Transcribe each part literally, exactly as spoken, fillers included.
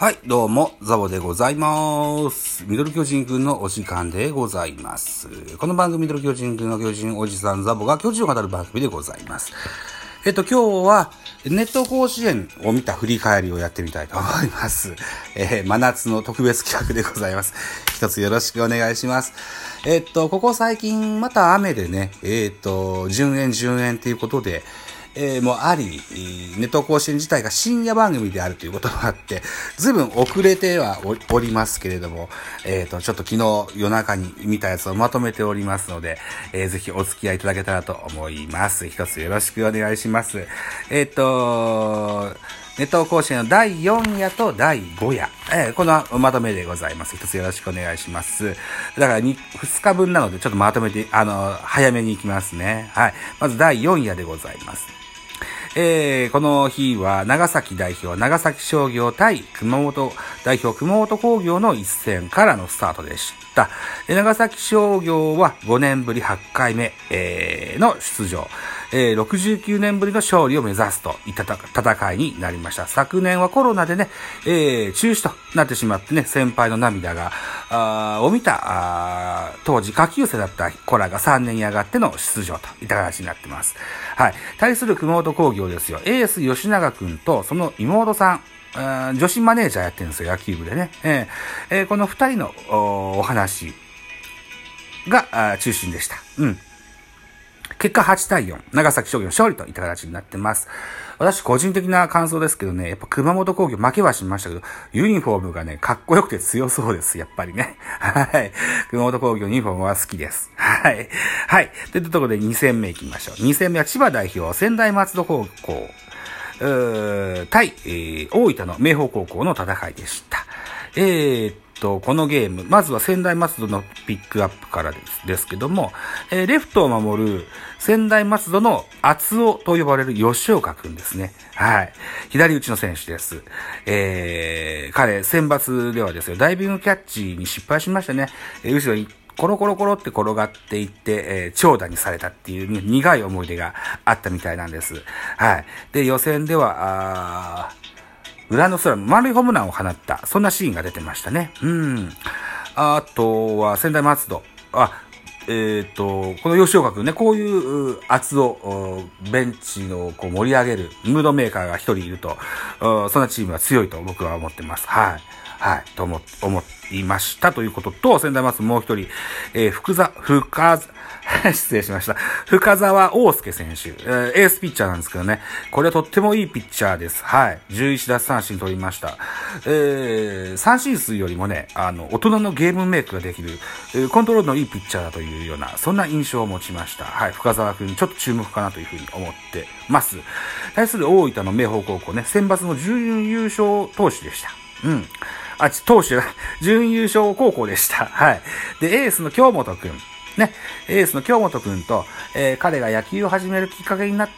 はい、どうも、ザボでございます。ミドル巨人くんのお時間でございます。この番組、ミドル巨人くんの巨人おじさんザボが巨人を語る番組でございます。えっと、今日は、ネット甲子園を見た振り返りをやってみたいと思います。えー、真夏の特別企画でございます。一つよろしくお願いします。えっと、ここ最近、また雨でね、えっと、順延順延ということで、えー、もあり、ネット甲子園自体が深夜番組であるということもあって、ずいぶん遅れてはおりますけれども、えっと、ちょっと昨日夜中に見たやつをまとめておりますので、えー、ぜひお付き合いいただけたらと思います。一つよろしくお願いします。えっと、ネット甲子園のだいよん夜とだいご夜、えー、このまとめでございます。一つよろしくお願いします。だからに、ふつかぶんなのでちょっとまとめて、あの、早めに行きますね。はい。まずだいよん夜でございます。えー、この日は長崎代表長崎商業対熊本代表熊本工業の一戦からのスタートでした。長崎商業はごねんぶりはちかいめ、えー、の出場、えー、ろくじゅうきゅうねんぶりの勝利を目指すといった戦いになりました。昨年はコロナでね、えー、中止となってしまってね、先輩の涙があを見たあ当時下級生だった子らがさんねんに上がっての出場といった形になってます。はい。対する熊本工業ですよ。エース吉永くんとその妹さん、女子マネージャーやってるんですよ、野球部でね。えーえー、この二人の お, お話が中心でした。うん。結果はちたいよん、長崎商業の勝利といった形になってます。私個人的な感想ですけどね、やっぱ熊本工業負けはしましたけど、ユニフォームがね、かっこよくて強そうです、やっぱりね。はい。熊本工業のユニフォームは好きです。はい。はい。といったところでに戦目行きましょう。に戦目は千葉代表、専大松戸高校、うー対、えー、大分の明豊高校の戦いでした。えーと、このゲーム、まずは専大松戸のピックアップからです、ですけども、えー、レフトを守る専大松戸の厚尾と呼ばれる吉岡くんですね。はい。左打ちの選手です。えー、彼、選抜ではですよ、ダイビングキャッチに失敗しましたね。えー、後ろにコロコロコロって転がっていって、えー、長打にされたっていう、ね、苦い思い出があったみたいなんです。はい。で、予選では、あー裏の空の丸いホームランを放った、そんなシーンが出てましたね。うん。あとは、専大松戸。あ、えっと、この吉岡くんね、こういう圧を、ベンチをこう盛り上げるムードメーカーが一人いると、そんなチームは強いと僕は思ってます。はい。はい。と思、思いましたということと、専大松戸もう一人、えー、福沢、福沢、失礼しました。深沢大介選手、えー、エースピッチャーなんですけどね。これはとってもいいピッチャーです。はい。じゅういち奪三振取りました。えー、三振数よりもね、あの、大人のゲームメイクができる、えー、コントロールのいいピッチャーだというような、そんな印象を持ちました。はい。深沢くん、ちょっと注目かなというふうに思ってます。対する大分の明豊高校ね、選抜の準優勝投手でした。うん。あ、投手、準優勝高校でした。はい。で、エースの京本くん。ね、エースの京本くんと、えー、彼が野球を始めるきっかけになった、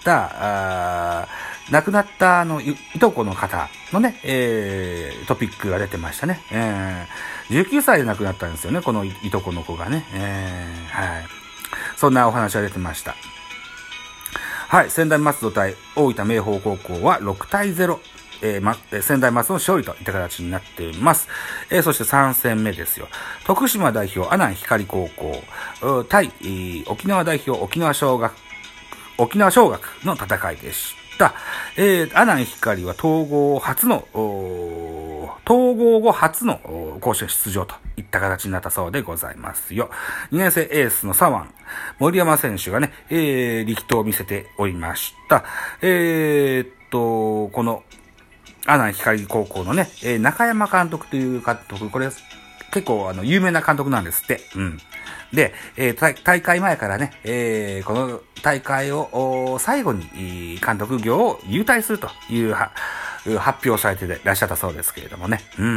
あ亡くなったあのい、いとこの方のね、えー、トピックが出てましたね。えー、じゅうきゅうさいで亡くなったんですよね、この い, いとこの子がね。えー、はい。そんなお話が出てました。はい、専大松戸対大分明豊高校はろくたいゼロ。えーま、専大松戸の勝利といった形になっています。えー、そしてさん戦目ですよ。徳島代表阿南光高校対、えー、沖縄代表沖縄尚学、沖縄尚学の戦いでした。えー、阿南光は統合初の、統合後初の甲子園出場といった形になったそうでございますよ。にねん生エースの左腕、森山選手がね、えー、力投を見せておりました。えー、っと、この阿南光高校のね、えー、中山監督という監督、これ結構あの有名な監督なんですって。うん。で、えー、大会前からね、えー、この大会を最後に監督業を優退するというは発表されていらっしゃったそうですけれどもね。うん。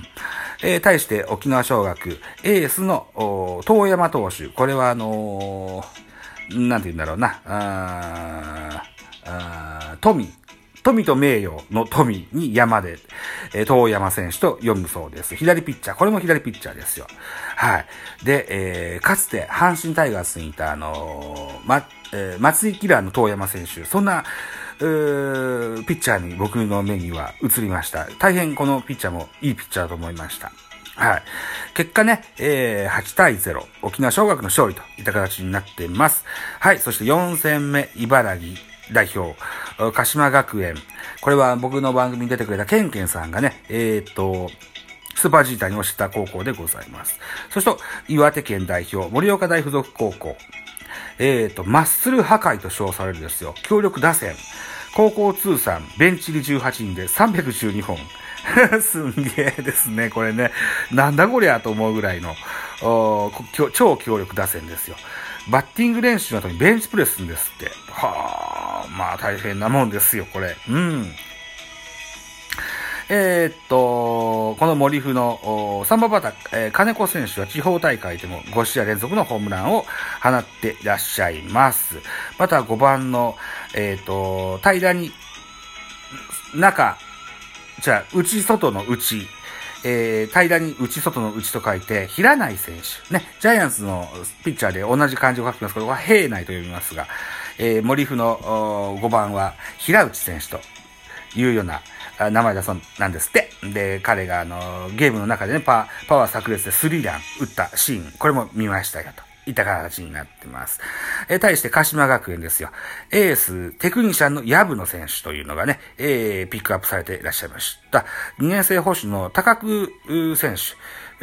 えー、対して沖縄尚学エースの遠山投手、これはあのー、なんて言うんだろうな、ああ富富と名誉の富に山で、えー、遠山選手と読むそうです。左ピッチャー。これも左ピッチャーですよ。はい。で、えー、かつて阪神タイガースにいた、あのー、ま、えー、松井キラーの遠山選手。そんな、 うーピッチャーに僕の目には映りました。大変このピッチャーもいいピッチャーだと思いました。はい。結果ね、えー、はちたいゼロ、沖縄尚学の勝利といった形になっています。はい。そしてよん戦目、茨城代表、鹿島学園。これは僕の番組に出てくれたケンケンさんがね、えーっと、スーパージーターに推した高校でございます。そして、岩手県代表、盛岡大附属高校。えーっと、マッスル破壊と称されるですよ。強力打線。高校通算、ベンチ入りじゅうはちにんでさんびゃくじゅうにほん。すんげえですね、これね。なんだこりゃと思うぐらいの、超強力打線ですよ。バッティング練習の後にベンチプレスするんですって。はあ、まあ大変なもんですよ、これ。うん。えー、っと、この森フのサンババタ、えー、金子選手は地方大会でもご試合連続のホームランを放っていらっしゃいます。またごばんの、えー、っと、平らに、中、じゃあ、内外の内、えー、平らに内外の内と書いて、平内選手。ね、ジャイアンツのピッチャーで同じ漢字を書きますけど、これは平内と呼びますが、えー、森フのごばんは平内選手というような名前だそうなんですって。で、彼があの、ゲームの中でね、パ、パワー炸裂でスリーラン打ったシーン、これも見ましたよと。いった形になってます。えー、対して鹿島学園ですよ。エース、テクニシャンの矢部野選手というのがね、えー、ピックアップされていらっしゃいました。にねん生捕手の高久選手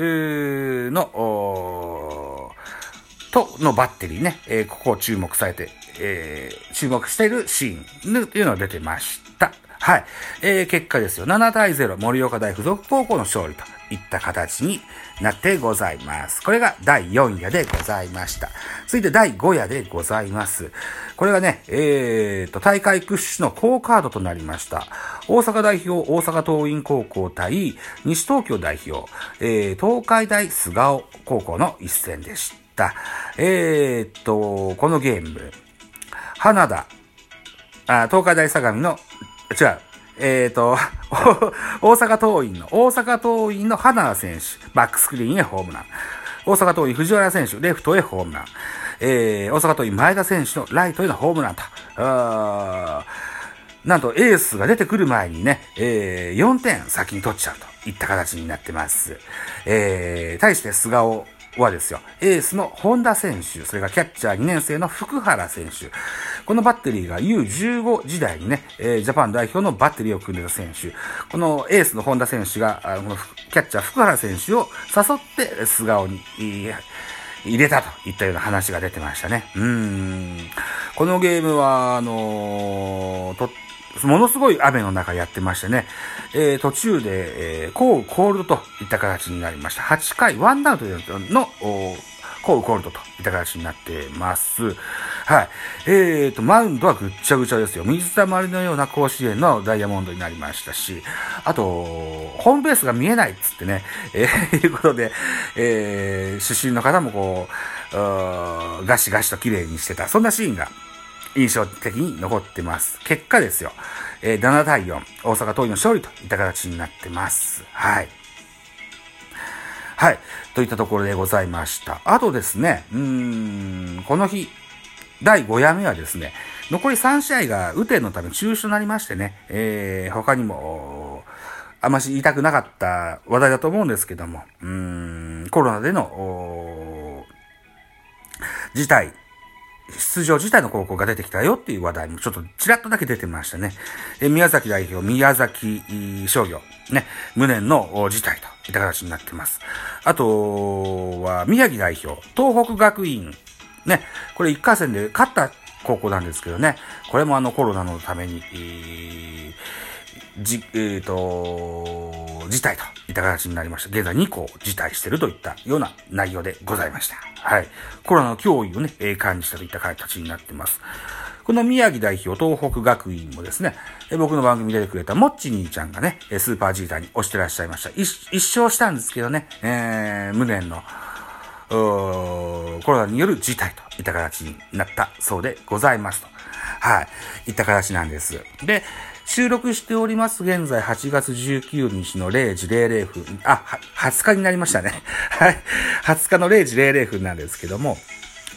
の、とのバッテリーね、えー、ここを注目されて、えー、注目しているシーンというのが出てました。はい。えー、結果ですよ。ななたいゼロ、盛岡大附属高校の勝利といった形になってございます。これがだいよん夜でございました。続いてだいご夜でございます。これがね、えーと、大会屈指の好カードとなりました。大阪代表、大阪桐蔭高校対西東京代表、えー、東海大菅生高校の一戦でした。えーと、このゲーム、花田、あ東海大相模の違う。えっと、大阪桐蔭の、大阪桐蔭の花田選手、バックスクリーンへホームラン。大阪桐蔭藤原選手、レフトへホームラン。えー、大阪桐蔭前田選手のライトへのホームランと。あなんとエースが出てくる前にね、えー、よんてん先に取っちゃうといった形になってます。えー、対して菅生はですよ、エースの本田選手、それからキャッチャーにねん生の福原選手。このバッテリーが ユーじゅうご 時代にね、えー、ジャパン代表のバッテリーを組んでた選手。このエースの本田選手が、あのキャッチャー福原選手を誘って菅生に入れたといったような話が出てましたね。うーん。このゲームは、あのー、と、ものすごい雨の中やってましてね、えー、途中で、えー、コールコールドといった形になりました。はちかい、ワンアウトの、コールコールドといった形になってます。はい。えーと、マウンドはぐっちゃぐちゃですよ。水たまりのような甲子園のダイヤモンドになりましたし、あと、ホームベースが見えないっつってね、えー、いうことで、えー、出身の方もこう、ガシガシと綺麗にしてた。そんなシーンが、印象的に残ってます。結果ですよ。えー、ななたいよん、大阪桐蔭の勝利といった形になってます。はい。はい。といったところでございました。あとですね、うーん、この日、だいご夜目はですね、残りさん試合が雨天のため中止となりましてね、えー、他にも、あまし言いたくなかった話題だと思うんですけども、うーん、コロナでの、事態、出場自体の高校が出てきたよっていう話題もちょっとちらっとだけ出てましたね。え宮崎代表、宮崎商業、ね、無念の事態といった形になっています。あとは、宮城代表、東北学院、ね、これ一回戦で勝った高校なんですけどね、これもあのコロナのために、えー、じ、えーと、辞退といった形になりました。現在に校辞退しているといったような内容でございました。はい。コロナの脅威をね、えー、感じたといった形になっています。この宮城代表、東北学院もですね、え僕の番組で出てくれたもっち兄ちゃんがね、スーパージーターに押してらっしゃいました。一、一勝したんですけどね、えー、無念の、コロナによる辞退といった形になったそうでございますと。はい。いった形なんです。で、収録しております現在はちがつじゅうくにちのれいじれいれいふん、あ、はつかになりましたね。はい。はつかのれいじれいれいふんなんですけども、え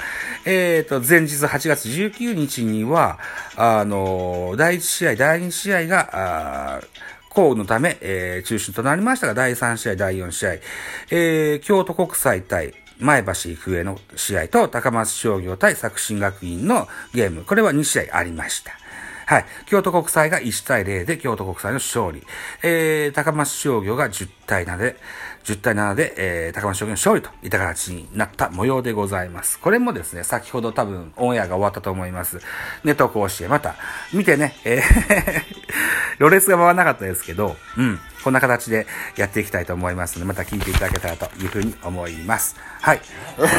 えっと、前日はちがつじゅうくにちには、あの、だいいち試合、だいに試合が、降雨のため、えー、中止となりましたが、だいさん試合、だいよん試合、えー、京都国際対前橋育英の試合と、高松商業対作新学院のゲーム、これはに試合ありました。はい。京都国際がいちたいゼロで京都国際の勝利。えー、高松商業がじゅうたいななで、じゅうたいななで、えー、高松商業の勝利といった形になった模様でございます。これもですね、先ほど多分オンエアが終わったと思います。ネット甲子園、また見てね、えー、ろれつが回らなかったですけど、うん、こんな形でやっていきたいと思いますので、また聞いていただけたらというふうに思います。はい。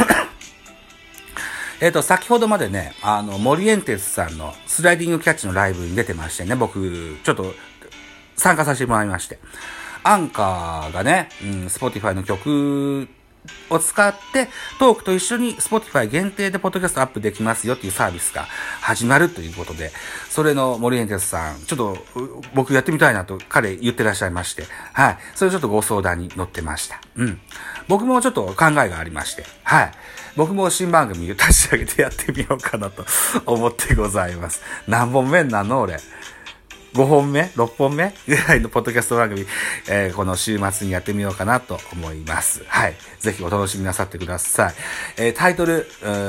えっと、先ほどまでね、あの、森エンテスさんのスライディングキャッチのライブに出てましてね、僕、ちょっと参加させてもらいまして。アンカーがね、うん、Spotify の曲を使って、トークと一緒に Spotify 限定でポッドキャストアップできますよっていうサービスが始まるということで、それの森エンテスさん、ちょっと僕やってみたいなと彼言ってらっしゃいまして、はい。それちょっとご相談に乗ってました。うん。僕もちょっと考えがありまして、はい。僕も新番組を立ち上げてやってみようかなと思ってございます。何本目なの俺。ごほんめ ?ろっ 本目ぐらいのポッドキャスト番組、えー、この週末にやってみようかなと思います。はい。ぜひお楽しみなさってください。えー、タイトル、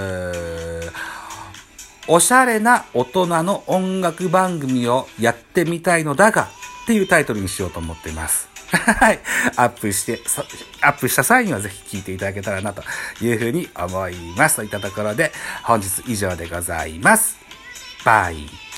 おしゃれな大人の音楽番組をやってみたいのだがっていうタイトルにしようと思っています。はい。アップして、アップした際にはぜひ聞いていただけたらなというふうに思います。といったところで、本日以上でございます。バイ。